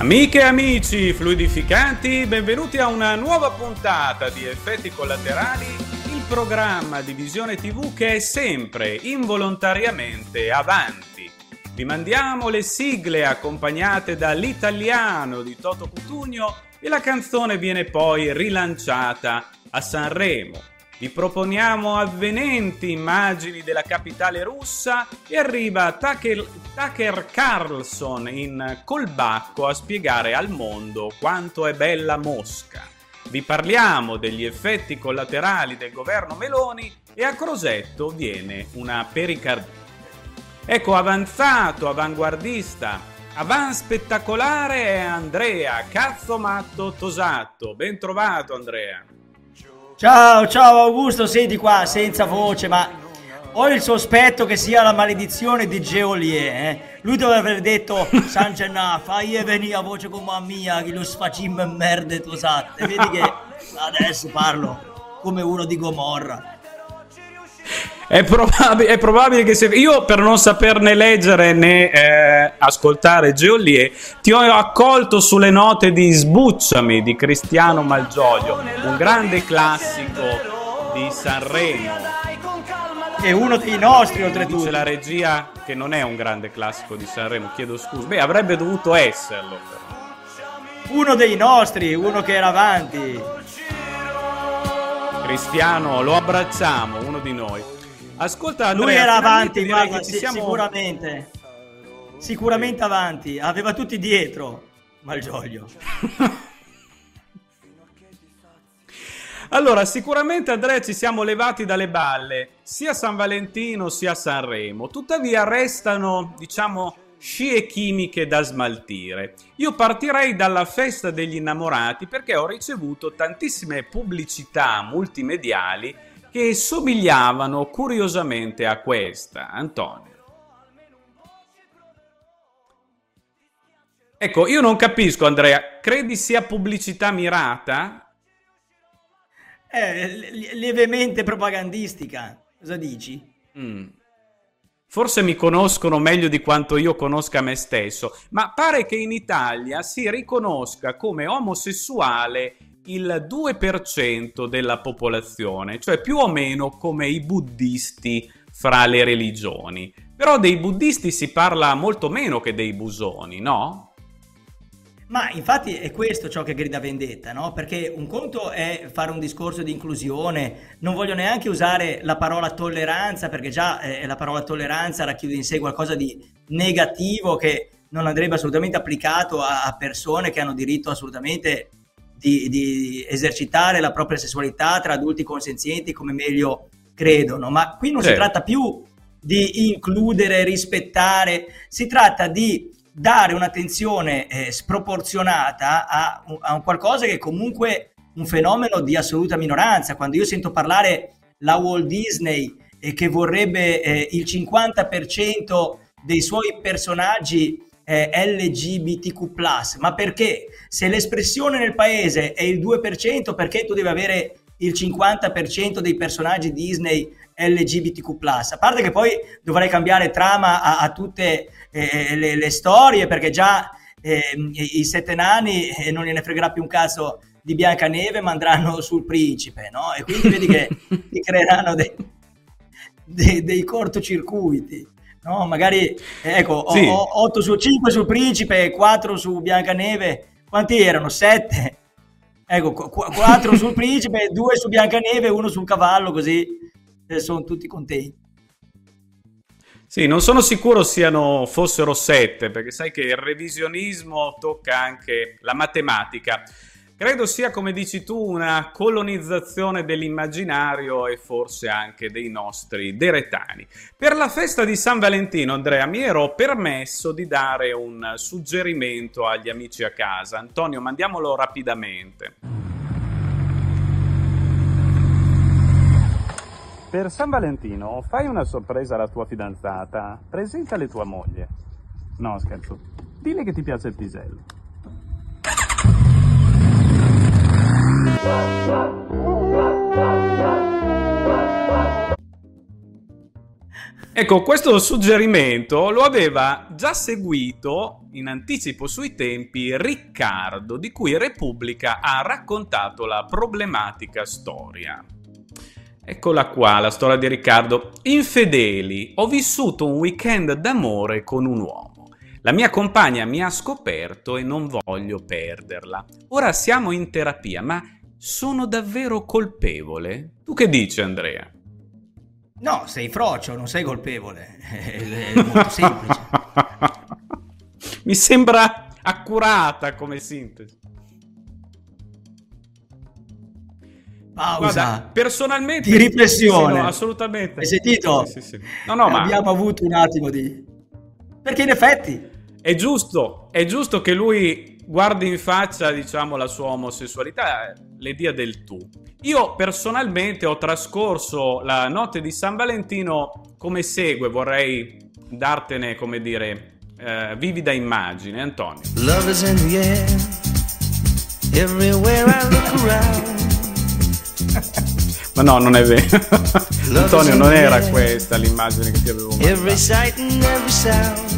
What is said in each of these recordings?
Amiche e amici fluidificanti, benvenuti a una nuova puntata di Effetti Collaterali, il programma di Visione TV che è sempre involontariamente avanti. Vi mandiamo le sigle accompagnate dall'italiano di Toto Cutugno e la canzone viene poi rilanciata a Sanremo. Vi proponiamo avvenenti immagini della capitale russa e arriva Tucker Carlson in colbacco a spiegare al mondo quanto è bella Mosca. Vi parliamo degli effetti collaterali del governo Meloni e a Crosetto viene una pericardia. Ecco, avanzato, avanguardista, spettacolare è Andrea Cazzomatto Tosato. Ben trovato, Andrea. Ciao Augusto, senti qua, senza voce, ma ho il sospetto che sia la maledizione di Geolier, Lui doveva aver detto Sangenà, fai venire a voce come a mia, che lo sfacim merde tosate. Vedi che adesso parlo come uno di Gomorra. È probabile che io, per non saperne leggere né ascoltare Geolier, ti ho accolto sulle note di Sbucciami di Cristiano Malgioglio, un grande classico di Sanremo. È uno dei nostri, oltretutto. Dice la regia che non è un grande classico di Sanremo, chiedo scusa. Beh, avrebbe dovuto esserlo, però. Uno dei nostri, uno che era avanti. Cristiano, lo abbracciamo, uno di noi. Ascolta, Andrea, lui era avanti, guarda, siamo... sicuramente avanti, aveva tutti dietro Malgioglio. Allora, sicuramente, Andrea, ci siamo levati dalle balle sia a San Valentino sia a Sanremo, tuttavia restano, diciamo, scie chimiche da smaltire. Io partirei dalla festa degli innamorati perché ho ricevuto tantissime pubblicità multimediali che somigliavano curiosamente a questa, Antonio. Ecco, io non capisco, Andrea, credi sia pubblicità mirata? Lievemente propagandistica, cosa dici? Forse mi conoscono meglio di quanto io conosca me stesso, ma pare che in Italia si riconosca come omosessuale il 2% della popolazione, cioè più o meno come i buddisti fra le religioni. Però dei buddisti si parla molto meno che dei busoni, no? Ma infatti è questo ciò che grida vendetta, no? Perché un conto è fare un discorso di inclusione, non voglio neanche usare la parola tolleranza, perché già la parola tolleranza racchiude in sé qualcosa di negativo che non andrebbe assolutamente applicato a persone che hanno diritto assolutamente di esercitare la propria sessualità tra adulti consenzienti come meglio credono. Ma qui non si tratta più di includere, rispettare, si tratta di dare un'attenzione sproporzionata a un qualcosa che è comunque un fenomeno di assoluta minoranza. Quando io sento parlare la Walt Disney che vorrebbe il 50% dei suoi personaggi LGBTQ+, ma perché? Se l'espressione nel paese è il 2%, perché tu devi avere il 50% dei personaggi Disney LGBTQ+? A parte che poi dovrei cambiare trama a tutte le storie, perché già i 7 nani non gliene fregherà più un cazzo di Biancaneve, ma andranno sul principe, no? E quindi vedi che ti creeranno dei cortocircuiti. No, magari ecco, sì. 8 su 5 sul principe, 4 su Biancaneve. Quanti erano? 7? Ecco, 4 sul principe, 2 su Biancaneve, 1 sul cavallo, così sono tutti contenti. Sì, non sono sicuro fossero 7, perché sai che il revisionismo tocca anche la matematica. Credo sia, come dici tu, una colonizzazione dell'immaginario e forse anche dei nostri deretani. Per la festa di San Valentino, Andrea, mi ero permesso di dare un suggerimento agli amici a casa. Antonio, mandiamolo rapidamente. Per San Valentino fai una sorpresa alla tua fidanzata, presentale tua moglie. No, scherzo, dile che ti piace il pisello. Ecco, questo suggerimento lo aveva già seguito in anticipo sui tempi Riccardo, di cui Repubblica ha raccontato la problematica storia. Eccola qua, la storia di Riccardo. Infedeli, ho vissuto un weekend d'amore con un uomo. La mia compagna mi ha scoperto e non voglio perderla. Ora siamo in terapia, ma sono davvero colpevole? Tu che dici, Andrea? No, sei frocio, non sei colpevole. È molto semplice. Mi sembra accurata come sintesi. Pausa. Guarda, personalmente di riflessione. Sì, no, assolutamente. Hai sentito? Sì. No, ma abbiamo avuto un attimo di... Perché in effetti è giusto che lui guardi in faccia, diciamo, la sua omosessualità, le dia del tu. Io personalmente ho trascorso la notte di San Valentino come segue, vorrei dartene, come dire, vivida immagine, Antonio. Love is in the air, everywhere I look around. Ma no, non è vero. Antonio, non era questa l'immagine che ti avevo mandato. Every sight and every sound.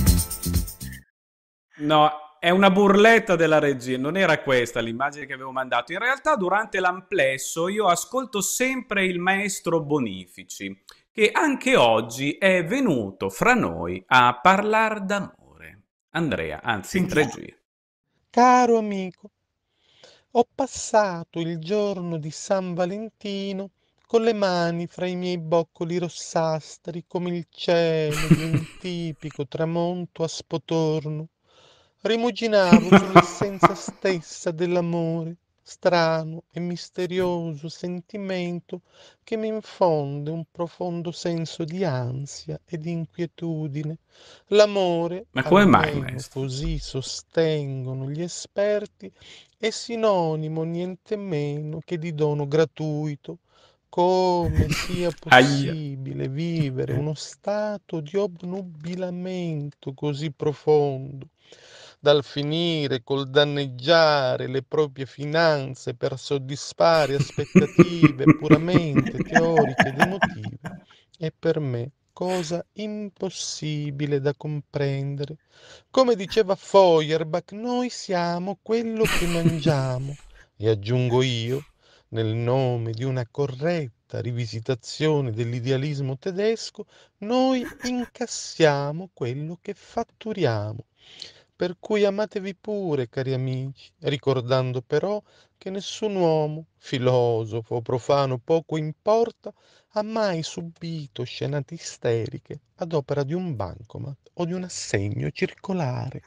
No, è una burletta della regia, non era questa l'immagine che avevo mandato. In realtà durante l'amplesso io ascolto sempre il maestro Bonifici, che anche oggi è venuto fra noi a parlare d'amore. Andrea, anzi, regia. Caro amico, ho passato il giorno di San Valentino con le mani fra i miei boccoli rossastri come il cielo di un tipico tramonto a Spotorno. Rimuginavo sull'essenza stessa dell'amore, strano e misterioso sentimento che mi infonde un profondo senso di ansia e di inquietudine. L'amore, Ma come mai, almeno maestro? così sostengono gli esperti, è sinonimo niente meno che di dono gratuito. Come sia possibile vivere uno stato di obnubilamento così profondo, dal finire col danneggiare le proprie finanze per soddisfare aspettative puramente teoriche ed emotive, è per me cosa impossibile da comprendere. Come diceva Feuerbach, noi siamo quello che mangiamo, e aggiungo io, nel nome di una corretta rivisitazione dell'idealismo tedesco, noi incassiamo quello che fatturiamo. Per cui amatevi pure, cari amici, ricordando però che nessun uomo, filosofo o profano, poco importa, ha mai subito scenate isteriche ad opera di un bancomat o di un assegno circolare.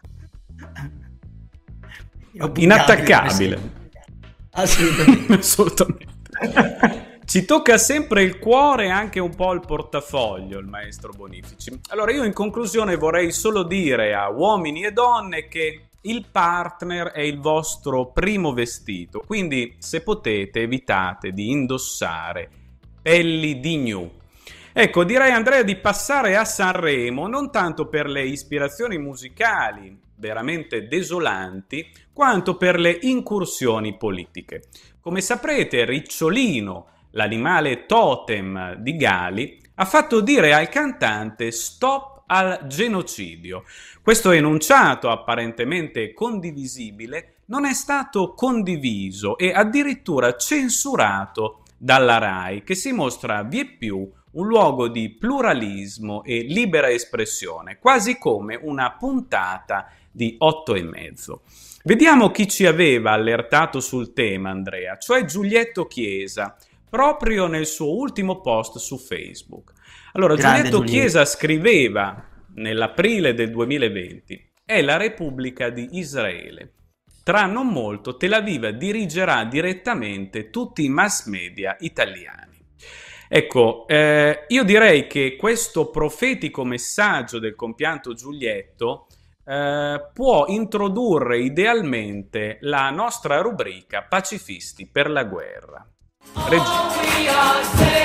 Inattaccabile. Assolutamente. Assolutamente. Ci tocca sempre il cuore e anche un po' il portafoglio, il maestro Bonifici. Allora io in conclusione vorrei solo dire a uomini e donne che il partner è il vostro primo vestito, quindi se potete evitate di indossare pelli di gnu. Ecco, direi, Andrea, di passare a Sanremo, non tanto per le ispirazioni musicali veramente desolanti, quanto per le incursioni politiche. Come saprete, Ricciolino, l'animale totem di Gali, ha fatto dire al cantante stop al genocidio. Questo enunciato, apparentemente condivisibile, non è stato condiviso e addirittura censurato dalla RAI, che si mostra vieppiù un luogo di pluralismo e libera espressione, quasi come una puntata di 8 e mezzo. Vediamo chi ci aveva allertato sul tema, Andrea, cioè Giulietto Chiesa, proprio nel suo ultimo post su Facebook. Allora, Giulietto Chiesa scriveva nell'aprile del 2020: è la Repubblica di Israele. Tra non molto Tel Aviv dirigerà direttamente tutti i mass media italiani. Ecco, io direi che questo profetico messaggio del compianto Giulietto può introdurre idealmente la nostra rubrica Pacifisti per la guerra. Regia.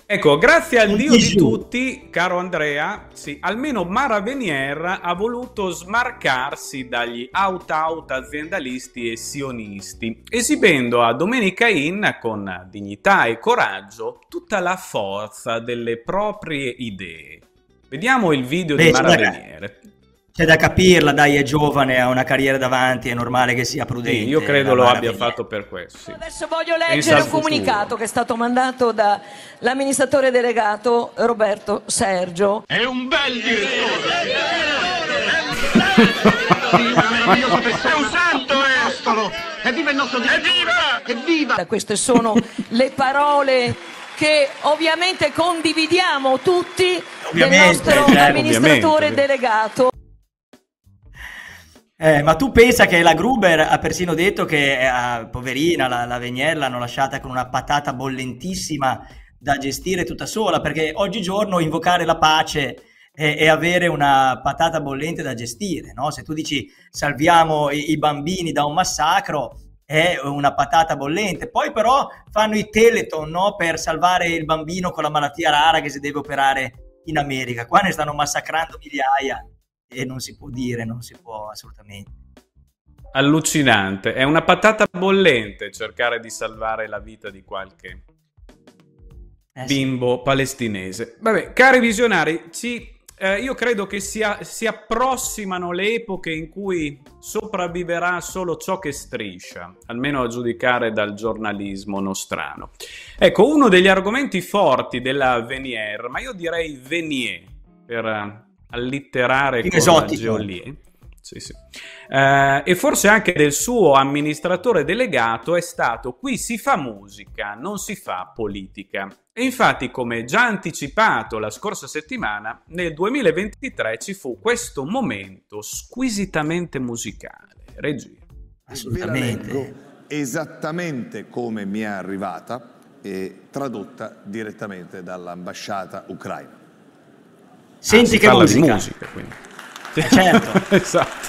Ecco, grazie al Un Dio di Gesù. tutti, caro Andrea, sì, almeno Mara Venier ha voluto smarcarsi dagli out-out aziendalisti e sionisti, esibendo a Domenica In, con dignità e coraggio, tutta la forza delle proprie idee. Vediamo il video di Beh, Mara Venier. c'è da capirla, dai, è giovane, ha una carriera davanti, è normale che sia prudente. Sì, io credo la lo Mara abbia Venier. fatto per questo. Sì. Adesso voglio Pensa leggere al un futuro. comunicato che è stato mandato dall'amministratore delegato Roberto Sergio. È un bel direttore! È un santo, Estolo! Evviva il nostro direttore! Evviva! Queste sono le parole che ovviamente condividiamo tutti del Ovviamente, nostro certo. amministratore Ovviamente. delegato. Ma tu pensa che la Gruber ha persino detto che, poverina, la Venier l'hanno lasciata con una patata bollentissima da gestire tutta sola, perché oggigiorno invocare la pace è avere una patata bollente da gestire, no? Se tu dici salviamo i bambini da un massacro, è una patata bollente. Poi però fanno i Teleton, no? Per salvare il bambino con la malattia rara che si deve operare in America. Qua ne stanno massacrando migliaia. E non si può dire, non si può assolutamente. Allucinante, è una patata bollente cercare di salvare la vita di qualche Sì. bimbo palestinese. Vabbè, cari visionari, io credo che si approssimano le epoche in cui sopravviverà solo ciò che striscia, almeno a giudicare dal giornalismo nostrano. Ecco, uno degli argomenti forti della Venier, ma io direi Venier, per allitterare Più con esotico. Geolier. Sì, sì. E forse anche del suo amministratore delegato è stato: qui si fa musica, non si fa politica. E infatti, come già anticipato la scorsa settimana, nel 2023 ci fu questo momento squisitamente musicale. Regia. Ve la leggo esattamente come mi è arrivata e tradotta direttamente dall'ambasciata ucraina. Senti Si che parla di musica. musica, quindi. Certo. Esatto.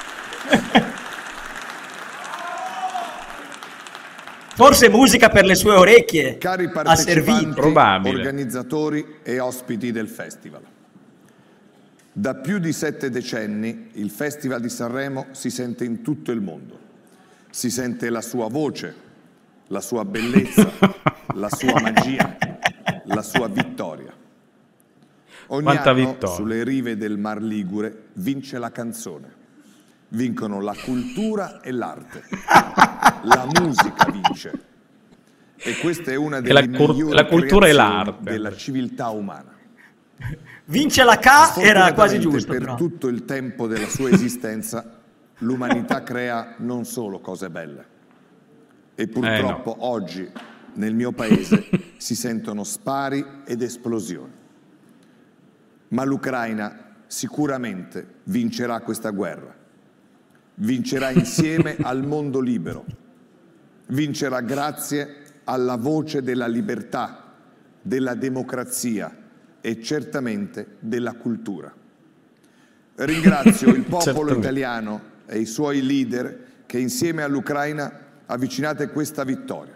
Forse musica per le sue orecchie. Cari ha servito. partecipanti, Probabile. organizzatori e ospiti del festival. Da più di 7 decenni il Festival di Sanremo si sente in tutto il mondo. Si sente la sua voce, la sua bellezza, la sua magia, la sua vittoria. Ogni Quanta anno vittoria. sulle rive del Mar Ligure vince la canzone. Vincono la cultura e l'arte. La musica vince. E questa è una delle migliori la cultura e creazioni l'arte. della civiltà umana. Vince la K, era quasi Sfortunatamente, giusto. per Però. tutto il tempo della sua esistenza, l'umanità crea non solo cose belle. E purtroppo oggi, nel mio paese, si sentono spari ed esplosioni. Ma l'Ucraina sicuramente vincerà questa guerra. Vincerà insieme al mondo libero. Vincerà grazie alla voce della libertà, della democrazia e certamente della cultura. Ringrazio il popolo Certamente. italiano e i suoi leader che insieme all'Ucraina avvicinate questa vittoria.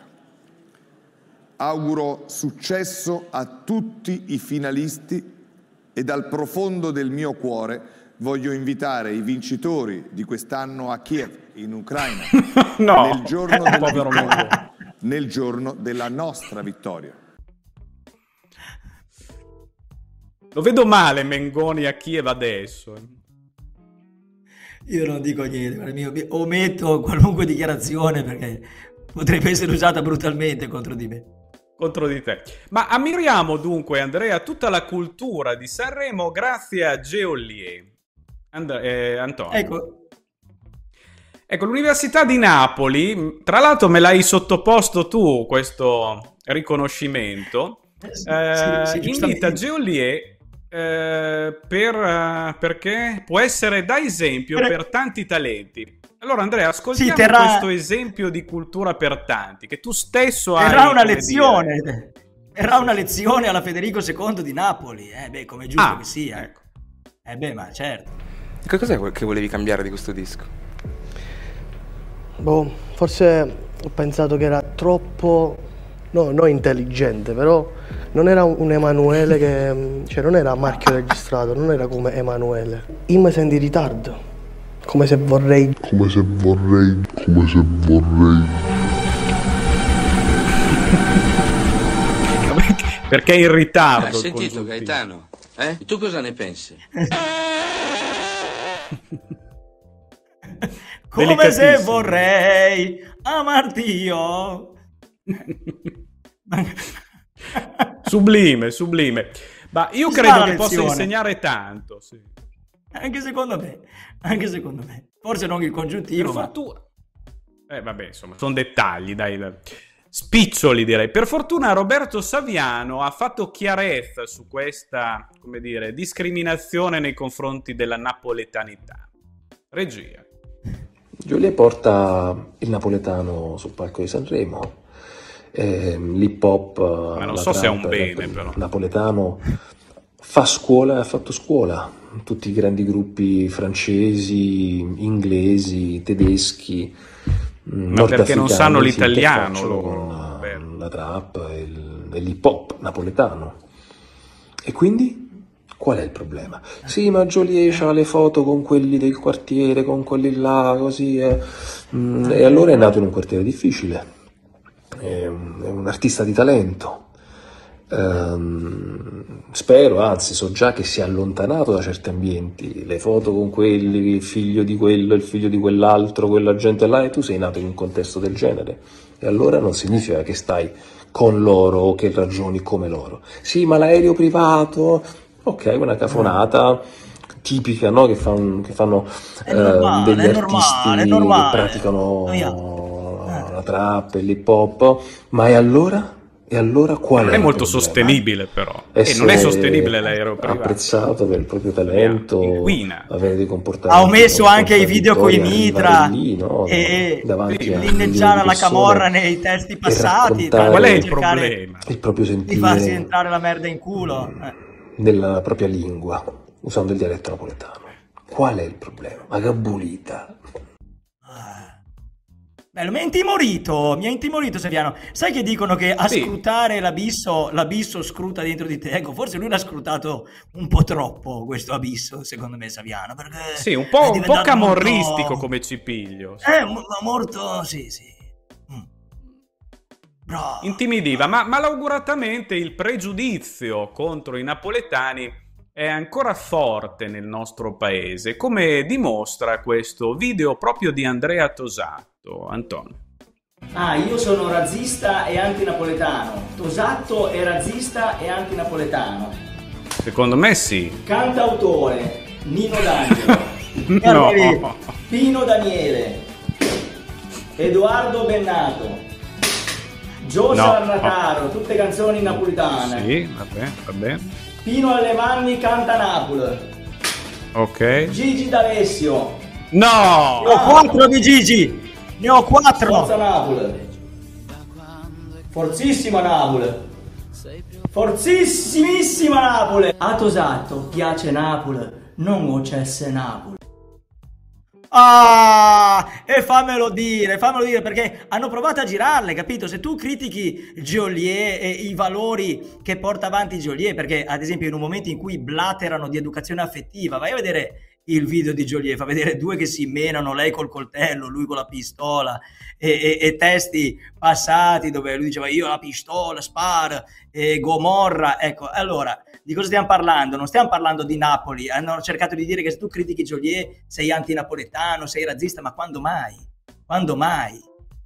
Auguro successo a tutti i finalisti e dal profondo del mio cuore voglio invitare i vincitori di quest'anno a Kiev, in Ucraina, No, nel giorno della povero vittoria, nel giorno della nostra vittoria. Lo vedo male Mengoni a Kiev adesso. Io non dico niente, guarda, ometto qualunque dichiarazione perché potrebbe essere usata brutalmente contro di me. Contro di te. Ma ammiriamo dunque, Andrea, tutta la cultura di Sanremo grazie a Geolier. Antonio. Ecco, l'Università di Napoli, tra l'altro me l'hai sottoposto tu questo riconoscimento, invita Geolier perché può essere da esempio per tanti talenti. Allora Andrea, ascoltiamo questo esempio di cultura per tanti che tu stesso hai. Era una lezione. Era una lezione alla Federico II di Napoli, come è giusto che sia. Ecco. Ma certo. Che cos'è che volevi cambiare di questo disco? Forse ho pensato che era troppo, no, non intelligente, però non era un Emanuele che, cioè non era marchio registrato, non era come Emanuele. Io mi sento in ritardo, come se vorrei. Perché è in ritardo. Hai sentito Gaetano? Tu cosa ne pensi? Come se vorrei amarti io. Sublime. Ma io credo che possa insegnare tanto, sì. Anche secondo me. Forse non il congiuntivo, ma... vabbè, insomma, sono dettagli, dai. Spiccioli, direi. Per fortuna Roberto Saviano ha fatto chiarezza su questa, come dire, discriminazione nei confronti della napoletanità. Regia. Joliet porta il napoletano sul palco di Sanremo, l'hip hop, ma non so se è un bene, però. Napoletano fa scuola e ha fatto scuola. Tutti i grandi gruppi francesi, inglesi, tedeschi, ma perché non sanno l'italiano loro? Con la trap e l'hip hop napoletano. E quindi qual è il problema? Sì, ma Joliet ha le foto con quelli del quartiere, con quelli là, così e allora è nato in un quartiere difficile, è un artista di talento. Spero, anzi so già che si è allontanato da certi ambienti, le foto con quelli, il figlio di quello, il figlio di quell'altro, quella gente là, e tu sei nato in un contesto del genere, e allora non significa che stai con loro o che ragioni come loro. Sì, ma l'aereo privato, ok, una cafonata tipica, no? che fanno degli artisti che praticano la trap e l'hip hop, ma e allora? E allora qual è? È molto sostenibile, però. E non è sostenibile l'aereo privato. Apprezzato per il proprio talento, avere dei comportamenti. Ha omesso anche i video con i mitra lì, no? E linneggiare alla camorra nei testi passati. Qual è il problema? Il proprio sentire. Di farsi entrare la merda in culo. Nella propria lingua, usando il dialetto napoletano. Qual è il problema? Magabulita. Bello, mi ha intimorito Saviano. Sai che dicono che a scrutare l'abisso scruta dentro di te? Ecco, forse lui l'ha scrutato un po' troppo, questo abisso, secondo me, Saviano. Perché sì, un po' camorristico come cipiglio. Ma molto, sì. Bravo. Intimidiva, ma malauguratamente il pregiudizio contro i napoletani è ancora forte nel nostro paese, come dimostra questo video proprio di Andrea Tosato. Antonio. Io sono razzista e antinapoletano. Tosato è razzista e antinapoletano. Secondo me sì. Cantautore Nino D'Angelo. No. Pino Daniele. Edoardo Bennato. Gio Sarnataro, tutte canzoni napoletane. Sì, vabbè. Pino Alemanni canta Napoli. Ok. Gigi D'Alessio. No! Ne ho 4 di Gigi. Ne ho 4. Forza Napoli. Forzissima Napoli. Forzissimissima Napoli. A Tosato piace Napoli, non ocesse Napoli. E fammelo dire, perché hanno provato a girarle, capito? Se tu critichi Joliet e i valori che porta avanti Joliet, perché ad esempio in un momento in cui blaterano di educazione affettiva, vai a vedere il video di Joliet, fa vedere due che si menano, lei col coltello, lui con la pistola, e testi passati dove lui diceva io la pistola, spara, e Gomorra, ecco, allora di cosa stiamo parlando? Non stiamo parlando di Napoli, hanno cercato di dire che se tu critichi Joliet sei antinapoletano, sei razzista, ma quando mai? Quando mai?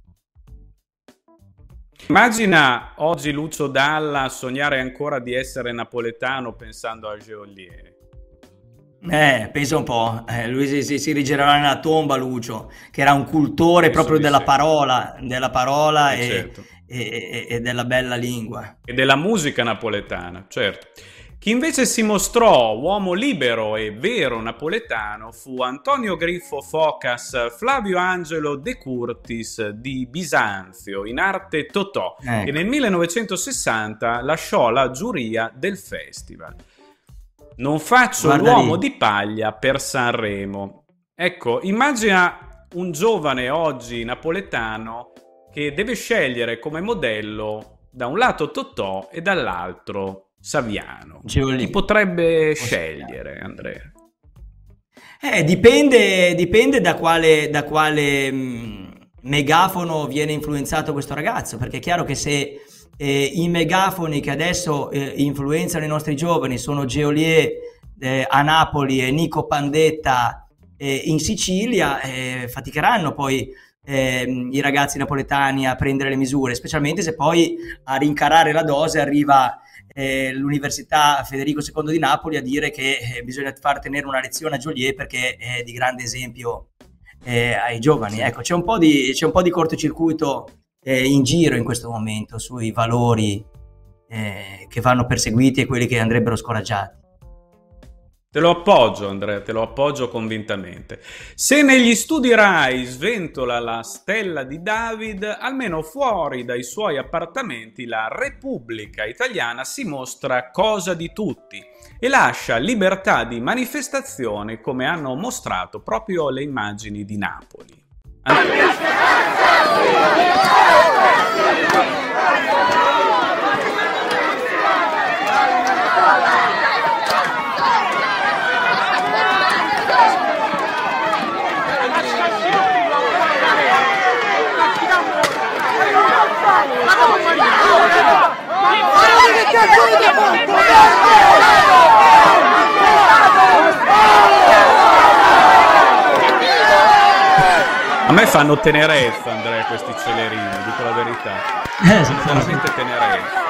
Immagina oggi Lucio Dalla sognare ancora di essere napoletano pensando a Joliet. Pensa un po', lui si rigirerà nella tomba, Lucio, che era un cultore proprio della parola certo. e della bella lingua. E della musica napoletana, certo. Chi invece si mostrò uomo libero e vero napoletano fu Antonio Griffo Focas Flavio Angelo De Curtis di Bisanzio, in arte Totò, che nel 1960 lasciò la giuria del festival. Non faccio l'uomo di paglia per Sanremo. Ecco, immagina un giovane oggi napoletano che deve scegliere come modello Da un lato Totò e dall'altro Saviano. Geolier. Chi potrebbe scegliere, Andrea? Dipende da quale megafono viene influenzato questo ragazzo, perché è chiaro che se i megafoni che adesso influenzano i nostri giovani sono Geolier a Napoli e Nico Pandetta in Sicilia, faticheranno poi i ragazzi napoletani a prendere le misure, specialmente se poi a rincarare la dose arriva l'Università Federico II di Napoli a dire che bisogna far tenere una lezione a Geolier perché è di grande esempio ai giovani. Sì. Ecco, c'è un po' di cortocircuito in giro in questo momento sui valori che vanno perseguiti e quelli che andrebbero scoraggiati. Te lo appoggio, Andrea, te lo appoggio convintamente. Se negli studi Rai sventola la stella di David, almeno fuori dai suoi appartamenti la Repubblica Italiana si mostra cosa di tutti e lascia libertà di manifestazione, come hanno mostrato proprio le immagini di Napoli. A me fanno tenerezza, Andrea, questi celerini, dico la verità. Veramente tenerezza.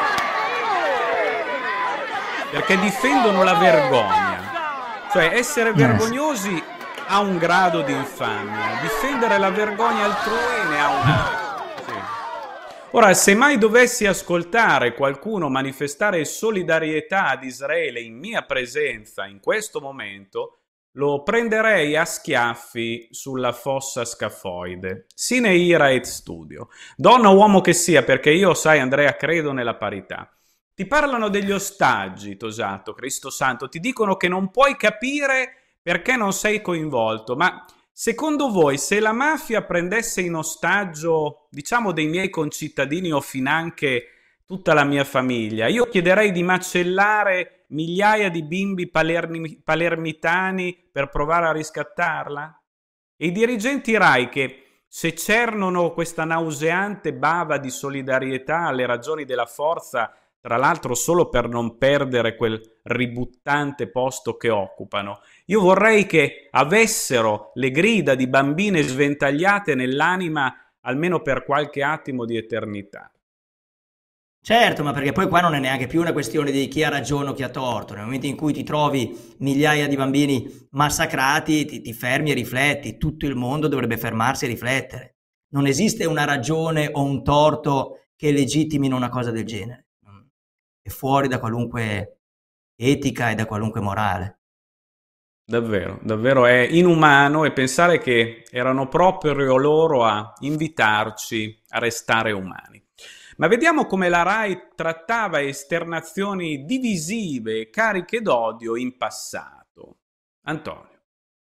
Perché difendono la vergogna. Cioè, essere vergognosi ha un grado di infamia, difendere la vergogna altrui ne ha un altro. Ora, se mai dovessi ascoltare qualcuno manifestare solidarietà ad Israele in mia presenza in questo momento, lo prenderei a schiaffi sulla fossa scafoide. Sine ira et studio. Donna o uomo che sia, perché io, sai Andrea, credo nella parità. Ti parlano degli ostaggi, Tosato, Cristo Santo, ti dicono che non puoi capire perché non sei coinvolto, ma secondo voi, se la mafia prendesse in ostaggio, diciamo, dei miei concittadini o finanche tutta la mia famiglia, io chiederei di macellare migliaia di bimbi palermitani per provare a riscattarla? E i dirigenti Rai che, se cernono questa nauseante bava di solidarietà alle ragioni della forza, tra l'altro solo per non perdere quel ributtante posto che occupano, io vorrei che avessero le grida di bambine sventagliate nell'anima almeno per qualche attimo di eternità. Certo, ma perché poi qua non è neanche più una questione di chi ha ragione o chi ha torto. Nel momento in cui ti trovi migliaia di bambini massacrati, ti fermi e rifletti. Tutto il mondo dovrebbe fermarsi e riflettere. Non esiste una ragione o un torto che legittimino una cosa del genere. È fuori da qualunque etica e da qualunque morale. Davvero, davvero è inumano, e pensare che erano proprio loro a invitarci a restare umani. Ma vediamo come la Rai trattava esternazioni divisive e cariche d'odio in passato. Antonio.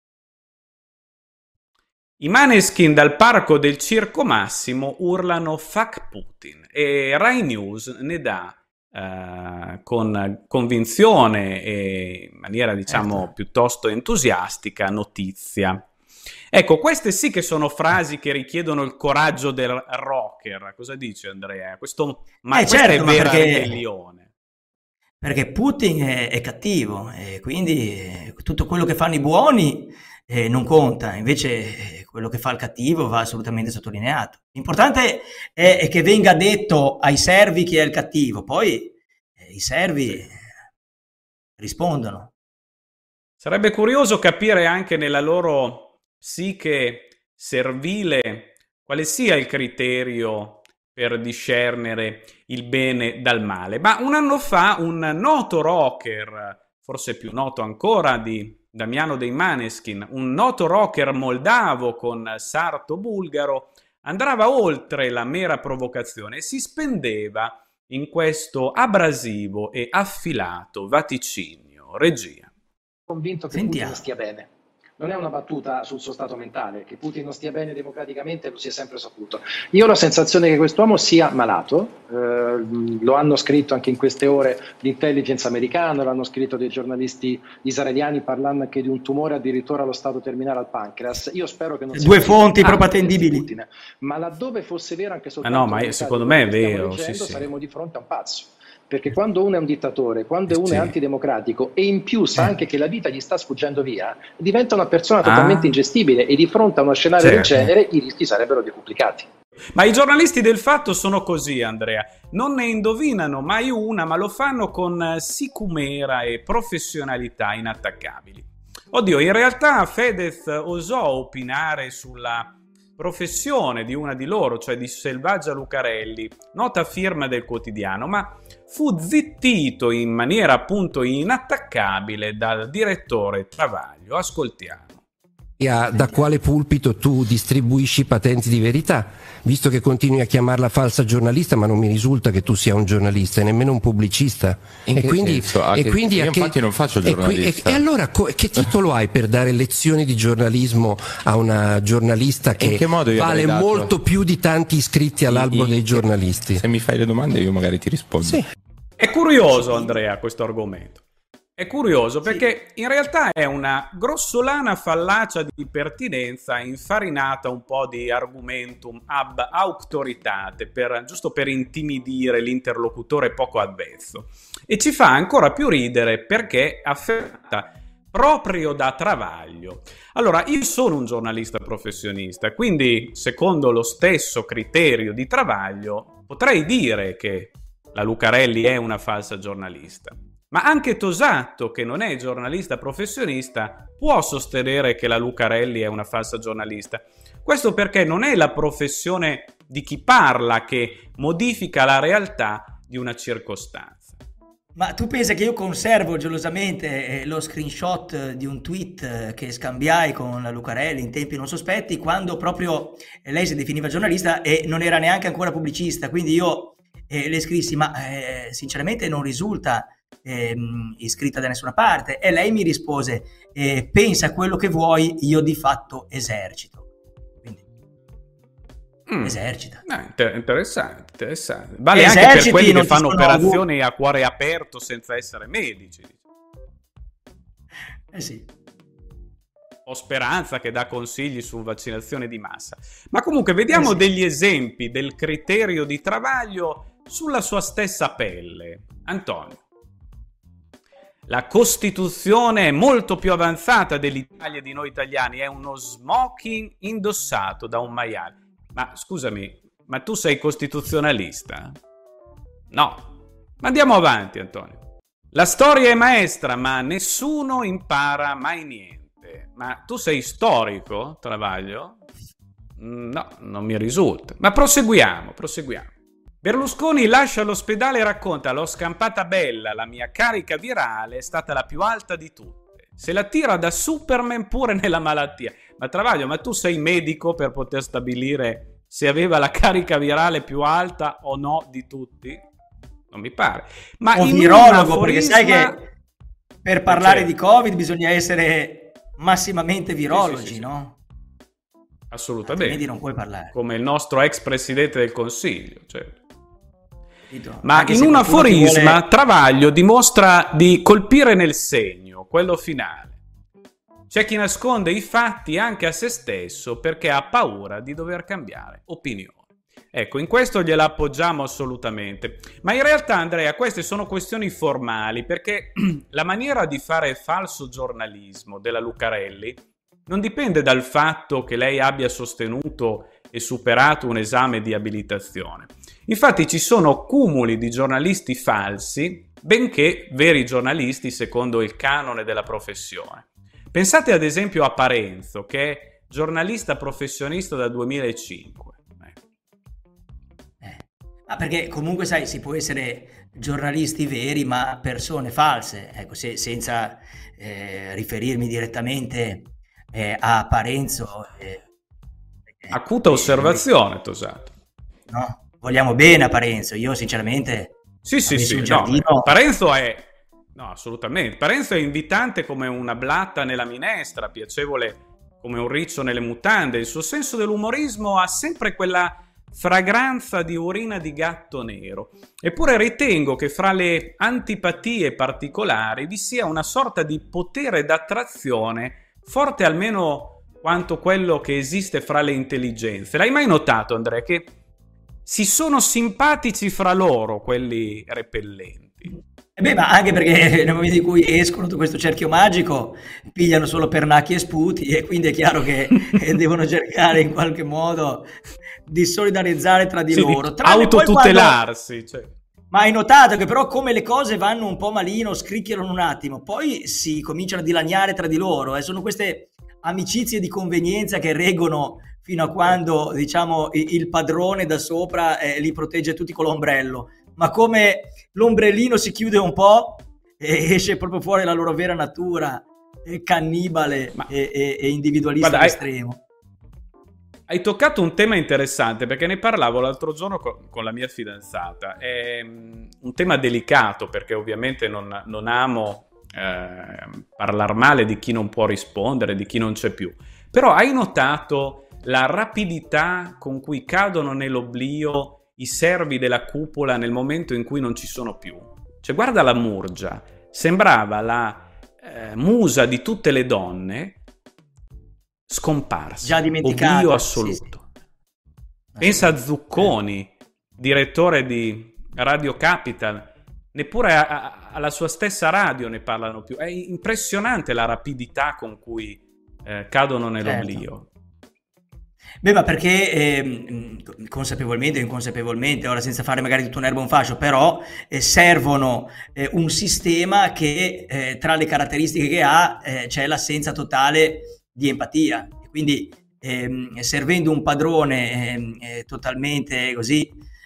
I Maneskin dal parco del Circo Massimo urlano "Fuck Putin" e Rai News ne dà con convinzione e in maniera, diciamo, piuttosto entusiastica notizia. Ecco, queste sì che sono frasi che richiedono il coraggio del rocker. Cosa dice Andrea? Questa è vera ribellione. Perché Putin è cattivo e quindi tutto quello che fanno i buoni non conta, invece quello che fa il cattivo va assolutamente sottolineato. L'importante è che venga detto ai servi chi è il cattivo, poi i servi rispondono. Sarebbe curioso capire anche nella loro psiche servile quale sia il criterio per discernere il bene dal male. Ma un anno fa un noto rocker, forse più noto ancora di Damiano dei Maneskin, un noto rocker moldavo con sarto bulgaro, andava oltre la mera provocazione e si spendeva in questo abrasivo e affilato vaticinio. Regia. Convinto che Putin stia bene. Non è una battuta sul suo stato mentale, che Putin non stia bene democraticamente lo si è sempre saputo. Io ho la sensazione che quest'uomo sia malato, lo hanno scritto anche in queste ore l'intelligence americano, l'hanno scritto dei giornalisti israeliani parlando anche di un tumore addirittura allo stato terminale al pancreas. Io spero che non sia due fonti proprio attendibili. Putin, ma laddove fosse vero anche soltanto no, ma secondo me è vero, leggendo, saremo di fronte a un pazzo. Perché quando uno è un dittatore, quando uno è antidemocratico e in più sa anche che la vita gli sta sfuggendo via, diventa una persona totalmente ingestibile e di fronte a uno scenario del genere i rischi sarebbero decuplicati. Ma i giornalisti del fatto sono così, Andrea. Non ne indovinano mai una, ma lo fanno con sicumera e professionalità inattaccabili. Oddio, in realtà Fedez osò opinare sulla professione di una di loro, cioè di Selvaggia Lucarelli, nota firma del quotidiano, ma fu zittito in maniera appunto inattaccabile dal direttore Travaglio. Ascoltiamo. Da quale pulpito tu distribuisci patenti di verità, visto che continui a chiamarla falsa giornalista, ma non mi risulta che tu sia un giornalista e nemmeno un pubblicista. Io infatti non faccio il giornalista. E allora che titolo hai per dare lezioni di giornalismo a una giornalista che vale molto più di tanti iscritti all'albo dei giornalisti? Se mi fai le domande io magari ti rispondo. Sì. È curioso, Andrea, questo argomento. È curioso perché in realtà è una grossolana fallacia di pertinenza infarinata un po' di argumentum ab auctoritate, giusto per intimidire l'interlocutore poco avvezzo. E ci fa ancora più ridere perché affermata proprio da Travaglio. Allora, io sono un giornalista professionista, quindi secondo lo stesso criterio di Travaglio potrei dire che la Lucarelli è una falsa giornalista. Ma anche Tosato, che non è giornalista professionista, può sostenere che la Lucarelli è una falsa giornalista. Questo perché non è la professione di chi parla che modifica la realtà di una circostanza. Ma tu pensa che io conservo gelosamente lo screenshot di un tweet che scambiai con la Lucarelli in tempi non sospetti, quando proprio lei si definiva giornalista e non era neanche ancora pubblicista, quindi io le scrissi, ma sinceramente non risulta iscritta da nessuna parte, e lei mi rispose pensa quello che vuoi, io di fatto esercito. Quindi esercita. Interessante. Vale anche per quelli che fanno operazioni a cuore aperto senza essere medici. Sì. Ho Speranza che dà consigli su vaccinazione di massa. Ma comunque vediamo degli esempi del criterio di Travaglio sulla sua stessa pelle. Antonio. La Costituzione è molto più avanzata dell'Italia di noi italiani, è uno smoking indossato da un maiale. Ma scusami, ma tu sei costituzionalista? No. Ma andiamo avanti, Antonio. La storia è maestra, ma nessuno impara mai niente. Ma tu sei storico, Travaglio? No, non mi risulta. Ma proseguiamo. Berlusconi lascia l'ospedale e racconta: l'ho scampata bella, la mia carica virale è stata la più alta di tutte. Se la tira da Superman pure nella malattia. Ma Travaglio, ma tu sei medico per poter stabilire se aveva la carica virale più alta o no di tutti? Non mi pare. Ma o virologo, perché sai che per parlare di Covid bisogna essere massimamente virologi, sì. No? Assolutamente. Quindi non puoi parlare. Come il nostro ex presidente del Consiglio, certo. Ma in un aforisma Travaglio dimostra di colpire nel segno, quello finale. C'è chi nasconde i fatti anche a se stesso perché ha paura di dover cambiare opinione. Ecco, in questo gliela appoggiamo assolutamente. Ma in realtà, Andrea, queste sono questioni formali, perché la maniera di fare falso giornalismo della Lucarelli non dipende dal fatto che lei abbia sostenuto e superato un esame di abilitazione. Infatti ci sono cumuli di giornalisti falsi, benché veri giornalisti secondo il canone della professione. Pensate ad esempio a Parenzo, che è giornalista professionista dal 2005. Perché comunque sai, si può essere giornalisti veri ma persone false, ecco, senza riferirmi direttamente a Parenzo. Acuta osservazione, Tosato. No, vogliamo bene a Parenzo, io sinceramente... Sì, no, Parenzo è No, assolutamente. Parenzo è invitante come una blatta nella minestra, piacevole come un riccio nelle mutande. Il suo senso dell'umorismo ha sempre quella fragranza di urina di gatto nero. Eppure ritengo che fra le antipatie particolari vi sia una sorta di potere d'attrazione forte almeno quanto quello che esiste fra le intelligenze. L'hai mai notato, Andrea, che si sono simpatici fra loro quelli repellenti? Ma anche perché nel momento in cui escono da questo cerchio magico pigliano solo pernacchi e sputi, e quindi è chiaro che devono cercare in qualche modo di solidarizzare tra di loro, di autotutelarsi. Ma hai notato che però come le cose vanno un po' malino, scricchiolano un attimo, poi si cominciano a dilaniare tra di loro, e sono queste amicizie di convenienza che reggono fino a quando, diciamo, il padrone da sopra li protegge tutti con l'ombrello. Ma come l'ombrellino si chiude un po' e esce proprio fuori la loro vera natura, cannibale e individualista all'estremo. Hai toccato un tema interessante, perché ne parlavo l'altro giorno con la mia fidanzata. È un tema delicato, perché ovviamente non amo parlare male di chi non può rispondere, di chi non c'è più. Però hai notato la rapidità con cui cadono nell'oblio i servi della cupola nel momento in cui non ci sono più? Cioè, guarda la Murgia, sembrava la musa di tutte le donne, scomparsa, già dimenticata, oblio assoluto. Sì. Pensa a Zucconi, direttore di Radio Capital, neppure alla sua stessa radio ne parlano più. È impressionante la rapidità con cui cadono nell'oblio. Certo. Ma perché consapevolmente o inconsapevolmente, ora senza fare magari tutto un erbo un fascio, però servono un sistema che tra le caratteristiche che ha c'è l'assenza totale di empatia. Quindi servendo un padrone totalmente così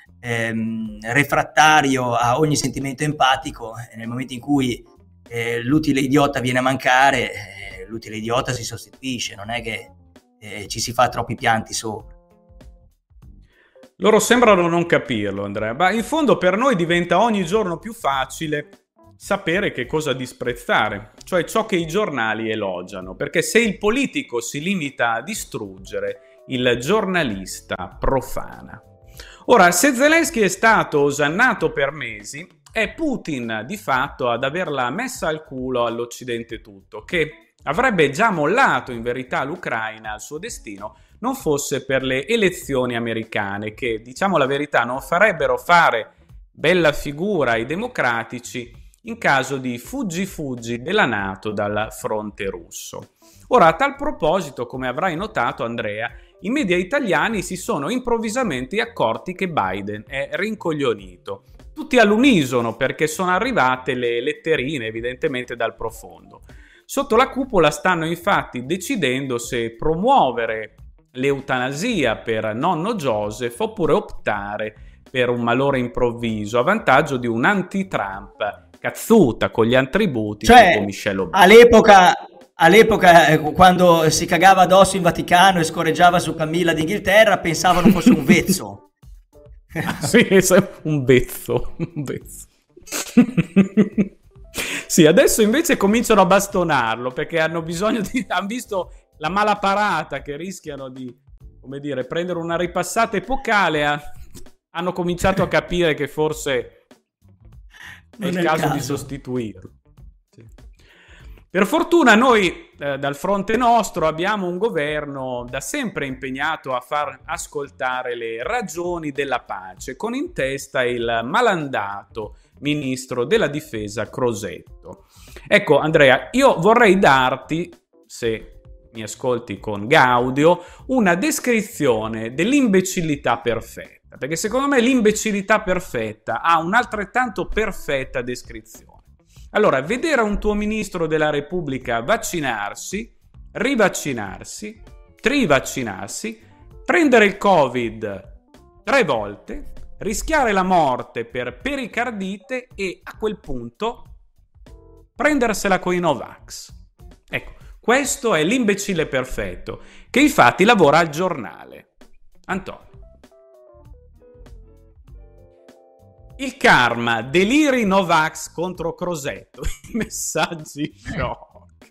refrattario a ogni sentimento empatico, nel momento in cui l'utile idiota viene a mancare, l'utile idiota si sostituisce, non è che ci si fa troppi pianti sopra. Loro sembrano non capirlo, Andrea, ma in fondo per noi diventa ogni giorno più facile sapere che cosa disprezzare, cioè ciò che i giornali elogiano, perché se il politico si limita a distruggere, il giornalista profana. Ora, se Zelensky è stato osannato per mesi, è Putin di fatto ad averla messa al culo all'Occidente tutto, che avrebbe già mollato in verità l'Ucraina al suo destino non fosse per le elezioni americane che, diciamo la verità, non farebbero fare bella figura ai democratici in caso di fuggi della NATO dal fronte russo. Ora, a tal proposito, come avrai notato, Andrea, i media italiani si sono improvvisamente accorti che Biden è rincoglionito. Tutti all'unisono, perché sono arrivate le letterine evidentemente dal profondo. Sotto la cupola stanno infatti decidendo se promuovere l'eutanasia per nonno Joseph oppure optare per un malore improvviso a vantaggio di un anti-Trump cazzuta con gli attributi tipo Michelle Obama. All'epoca quando si cagava addosso in Vaticano e scorreggiava su Camilla d'Inghilterra, pensavano fosse un vezzo. Sì, un vezzo. Sì, adesso invece cominciano a bastonarlo perché hanno bisogno hanno visto la malaparata che rischiano di, come dire, prendere una ripassata epocale, hanno cominciato a capire che forse è il caso di sostituirlo. Sì. Per fortuna noi dal fronte nostro abbiamo un governo da sempre impegnato a far ascoltare le ragioni della pace, con in testa il malandato ministro della difesa Crosetto. Ecco, Andrea, io vorrei darti, se mi ascolti con gaudio, una descrizione dell'imbecillità perfetta, perché secondo me l'imbecillità perfetta ha un'altrettanto perfetta descrizione. Allora, vedere un tuo ministro della Repubblica vaccinarsi, rivaccinarsi, trivaccinarsi, prendere il Covid 3 volte, rischiare la morte per pericardite e a quel punto prendersela coi Novax. Ecco, questo è l'imbecille perfetto, che infatti lavora al giornale. Antonio. Il karma, deliri Novax contro Crosetto, i messaggi shock.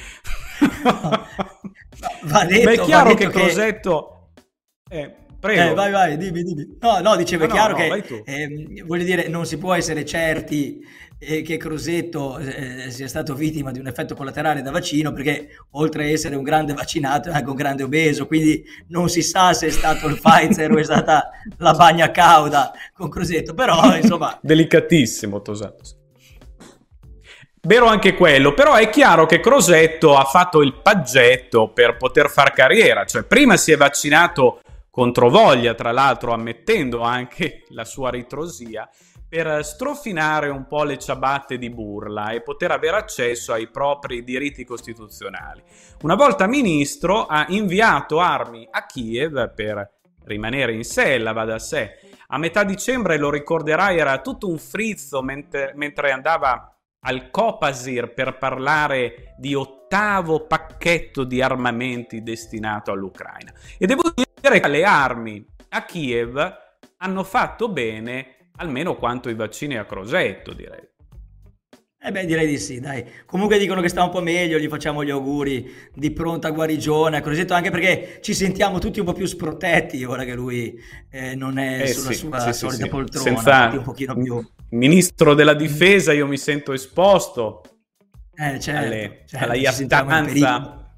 Va detto, ma è chiaro che Crosetto... Prego. Vai, dimmi. No, dicevo, è chiaro che, voglio dire, non si può essere certi che Crosetto sia stato vittima di un effetto collaterale da vaccino, perché oltre a essere un grande vaccinato è anche un grande obeso, quindi non si sa se è stato il Pfizer o è stata la bagna cauda con Crosetto, però insomma... Delicatissimo, Tosato. Vero anche quello, però è chiaro che Crosetto ha fatto il paggetto per poter far carriera, cioè prima si è vaccinato controvoglia, tra l'altro ammettendo anche la sua ritrosia, per strofinare un po' le ciabatte di Burla e poter avere accesso ai propri diritti costituzionali. Una volta ministro ha inviato armi a Kiev per rimanere in sella, va da sé. A metà dicembre, lo ricorderai, era tutto un frizzo mentre andava al Copasir per parlare di 8° pacchetto di armamenti destinato all'Ucraina. E devo dire che le armi a Kiev hanno fatto bene almeno quanto i vaccini a Crosetto, direi. Direi di sì, dai. Comunque dicono che sta un po' meglio, gli facciamo gli auguri di pronta guarigione a Crosetto, anche perché ci sentiamo tutti un po' più sprotetti ora che lui non è sulla sua solita poltrona, senza un pochino più... Ministro della difesa io mi sento esposto certo, alla iattanza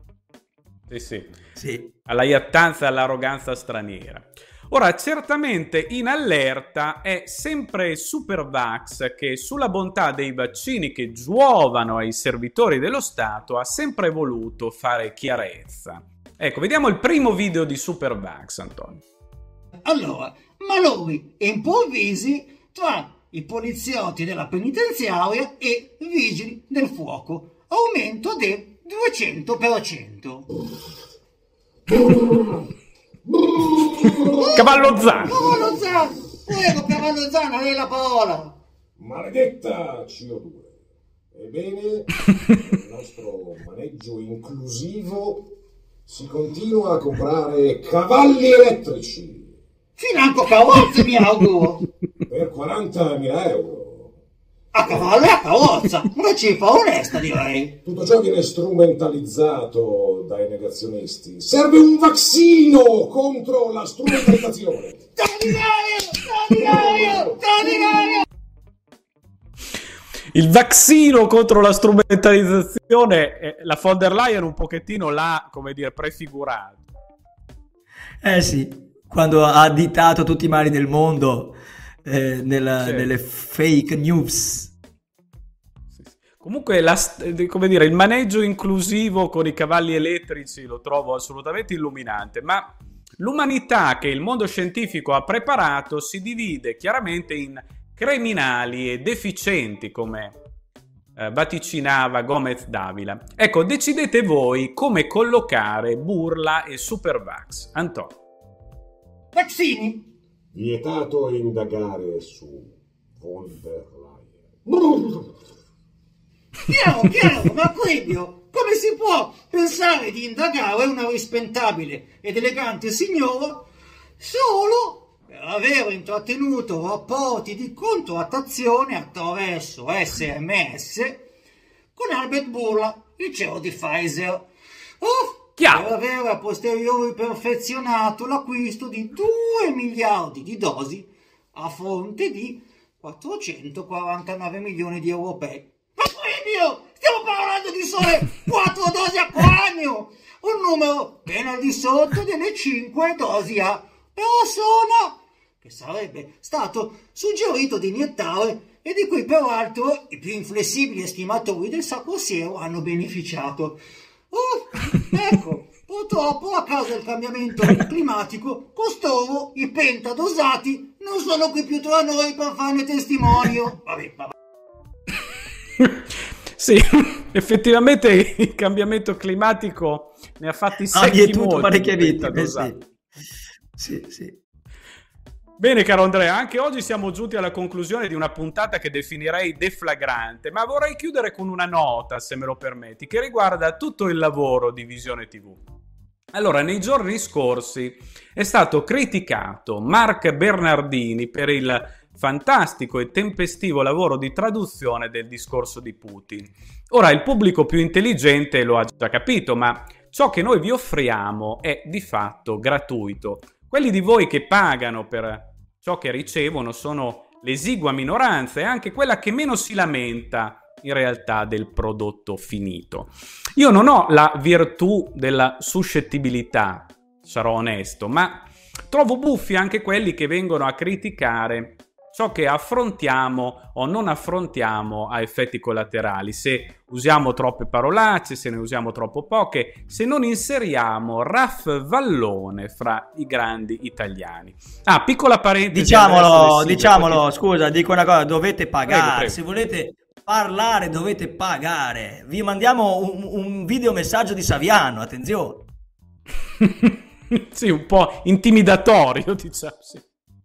alla iattanza e all'arroganza straniera. Ora, certamente in allerta è sempre Supervax, che sulla bontà dei vaccini che giovano ai servitori dello Stato ha sempre voluto fare chiarezza. Ecco, vediamo il primo video di Supervax, Antonio. Allora, malori improvvisi tra i poliziotti della penitenziaria e vigili del fuoco. Aumento del 200%. Cavallo Zano! Prego, Cavallo Zano, lei la parola. Maledetta CO2. Ebbene, il nostro maneggio inclusivo si continua a comprare cavalli elettrici. Financo carrozze, mi auguro. Per 40.000 euro. A cavallo e a carrozza, una cifra onesta, direi. Tutto ciò viene strumentalizzato dai negazionisti. Serve un vaccino contro la strumentalizzazione. Il vaccino contro la strumentalizzazione, la von der Leyen un pochettino l'ha, come dire, prefigurato. Sì, quando ha additato tutti i mali del mondo nelle fake news. Comunque, come dire, il maneggio inclusivo con i cavalli elettrici lo trovo assolutamente illuminante, ma l'umanità che il mondo scientifico ha preparato si divide chiaramente in criminali e deficienti, come vaticinava Gomez Davila. Ecco, decidete voi come collocare Burla e Supervax. Antonio. Vaccini. Vietato indagare su von der Leyen. Chiaro, ma Cribio, come si può pensare di indagare una rispettabile ed elegante signora solo per aver intrattenuto rapporti di contrattazione attraverso SMS con Albert Burla, il CEO di Pfizer? Per aver a posteriori perfezionato l'acquisto di 2 miliardi di dosi a fronte di 449 milioni di europei. Ma Cribio, stiamo parlando di sole 4 dosi a cranio, un numero ben al di sotto delle 5 dosi a persona che sarebbe stato suggerito di iniettare e di cui peraltro i più inflessibili estimatori del Sacro Siero hanno beneficiato. Ecco, purtroppo a causa del cambiamento climatico costoro, i pentadosati, non sono qui più tra noi per farne testimonio. Vabbè. Sì, effettivamente il cambiamento climatico ne ha fatti secchi molti. Parecchie vite, sì. Bene, caro Andrea, anche oggi siamo giunti alla conclusione di una puntata che definirei deflagrante, ma vorrei chiudere con una nota, se me lo permetti, che riguarda tutto il lavoro di Visione TV. Allora, nei giorni scorsi è stato criticato Marc Bernardini per il fantastico e tempestivo lavoro di traduzione del discorso di Putin. Ora, il pubblico più intelligente lo ha già capito, ma ciò che noi vi offriamo è di fatto gratuito. Quelli di voi che pagano per ciò che ricevono sono l'esigua minoranza e anche quella che meno si lamenta in realtà del prodotto finito. Io non ho la virtù della suscettibilità, sarò onesto, ma trovo buffi anche quelli che vengono a criticare ciò che affrontiamo o non affrontiamo a effetti collaterali, se usiamo troppe parolacce, se ne usiamo troppo poche, se non inseriamo Raff Vallone fra i grandi italiani. Piccola parentesi. Diciamolo, scusa, dico una cosa, dovete pagare, prego. Se volete parlare dovete pagare. Vi mandiamo un videomessaggio di Saviano, attenzione. Sì, un po' intimidatorio, diciamo, sì.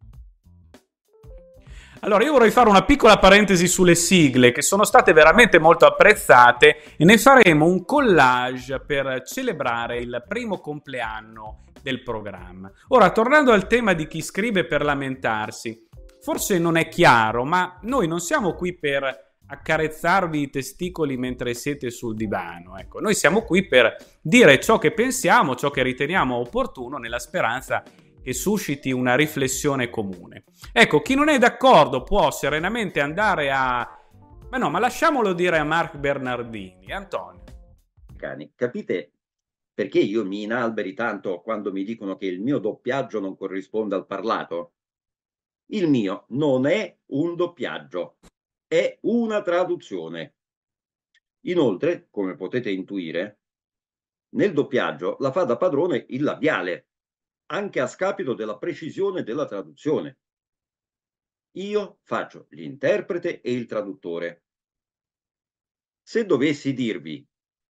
Allora, io vorrei fare una piccola parentesi sulle sigle che sono state veramente molto apprezzate e ne faremo un collage per celebrare il primo compleanno del programma. Ora, tornando al tema di chi scrive per lamentarsi, forse non è chiaro, ma noi non siamo qui per accarezzarvi i testicoli mentre siete sul divano. Ecco, noi siamo qui per dire ciò che pensiamo, ciò che riteniamo opportuno, nella speranza che susciti una riflessione comune. Ecco, chi non è d'accordo può serenamente andare a... Ma lasciamolo dire a Mark Bernardini. Antonio. Capite perché io mi inalberi tanto quando mi dicono che il mio doppiaggio non corrisponde al parlato? Il mio non è un doppiaggio, è una traduzione. Inoltre, come potete intuire, nel doppiaggio la fa da padrone il labiale, anche a scapito della precisione della traduzione. Io faccio l'interprete e il traduttore. Se dovessi dirvi,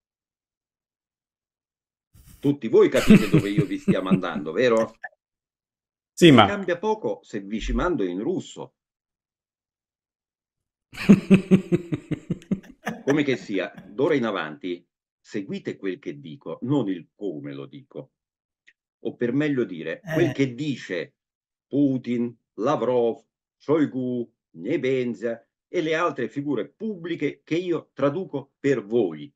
tutti voi capite dove io vi stia mandando, vero? Sì, ma cambia poco se vi ci mando in russo. Come che sia, d'ora in avanti seguite quel che dico, non il come lo dico. O per meglio dire, quel che dice Putin, Lavrov, Shoigu, Nebenza e le altre figure pubbliche che io traduco per voi.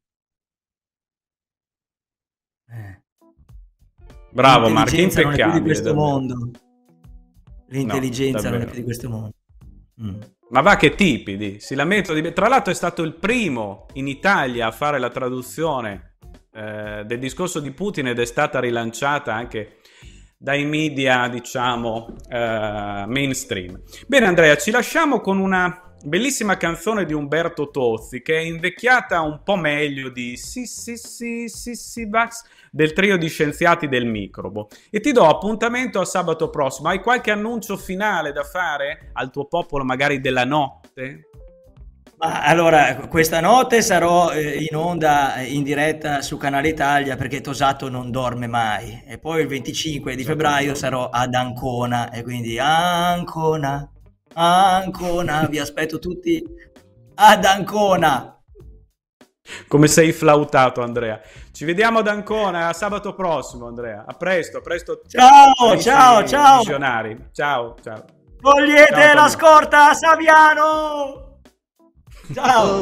Bravo Marco, impeccabile. Non è più di questo mondo. L'intelligenza non è più di questo mondo. Ma va che tipi, si lamentano di... Tra l'altro è stato il primo in Italia a fare la traduzione del discorso di Putin ed è stata rilanciata anche dai media, diciamo, mainstream. Bene Andrea, ci lasciamo con una bellissima canzone di Umberto Tozzi che è invecchiata un po' meglio di Sissi Vax del trio di scienziati del microbo e ti do appuntamento a sabato prossimo. Hai qualche annuncio finale da fare al tuo popolo magari della notte? Allora, questa notte sarò in onda in diretta su Canale Italia perché Tosato non dorme mai e poi il 25 di febbraio sarò ad Ancona e quindi Ancona, vi aspetto tutti ad Ancona. Come sei flautato Andrea. Ci vediamo ad Ancona a sabato prossimo Andrea. A presto. Ciao. Visionari. Ciao. Togliete la scorta a Saviano. Ciao.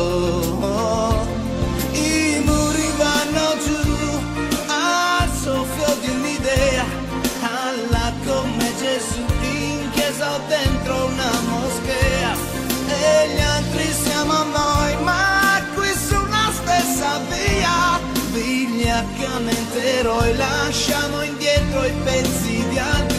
I muri vanno giù al soffio di un'idea, alla come Gesù in chiesa o dentro una moschea, e gli altri siamo noi, ma qui sulla stessa via, vigliaccamente eroi lasciamo indietro i pezzi di altri.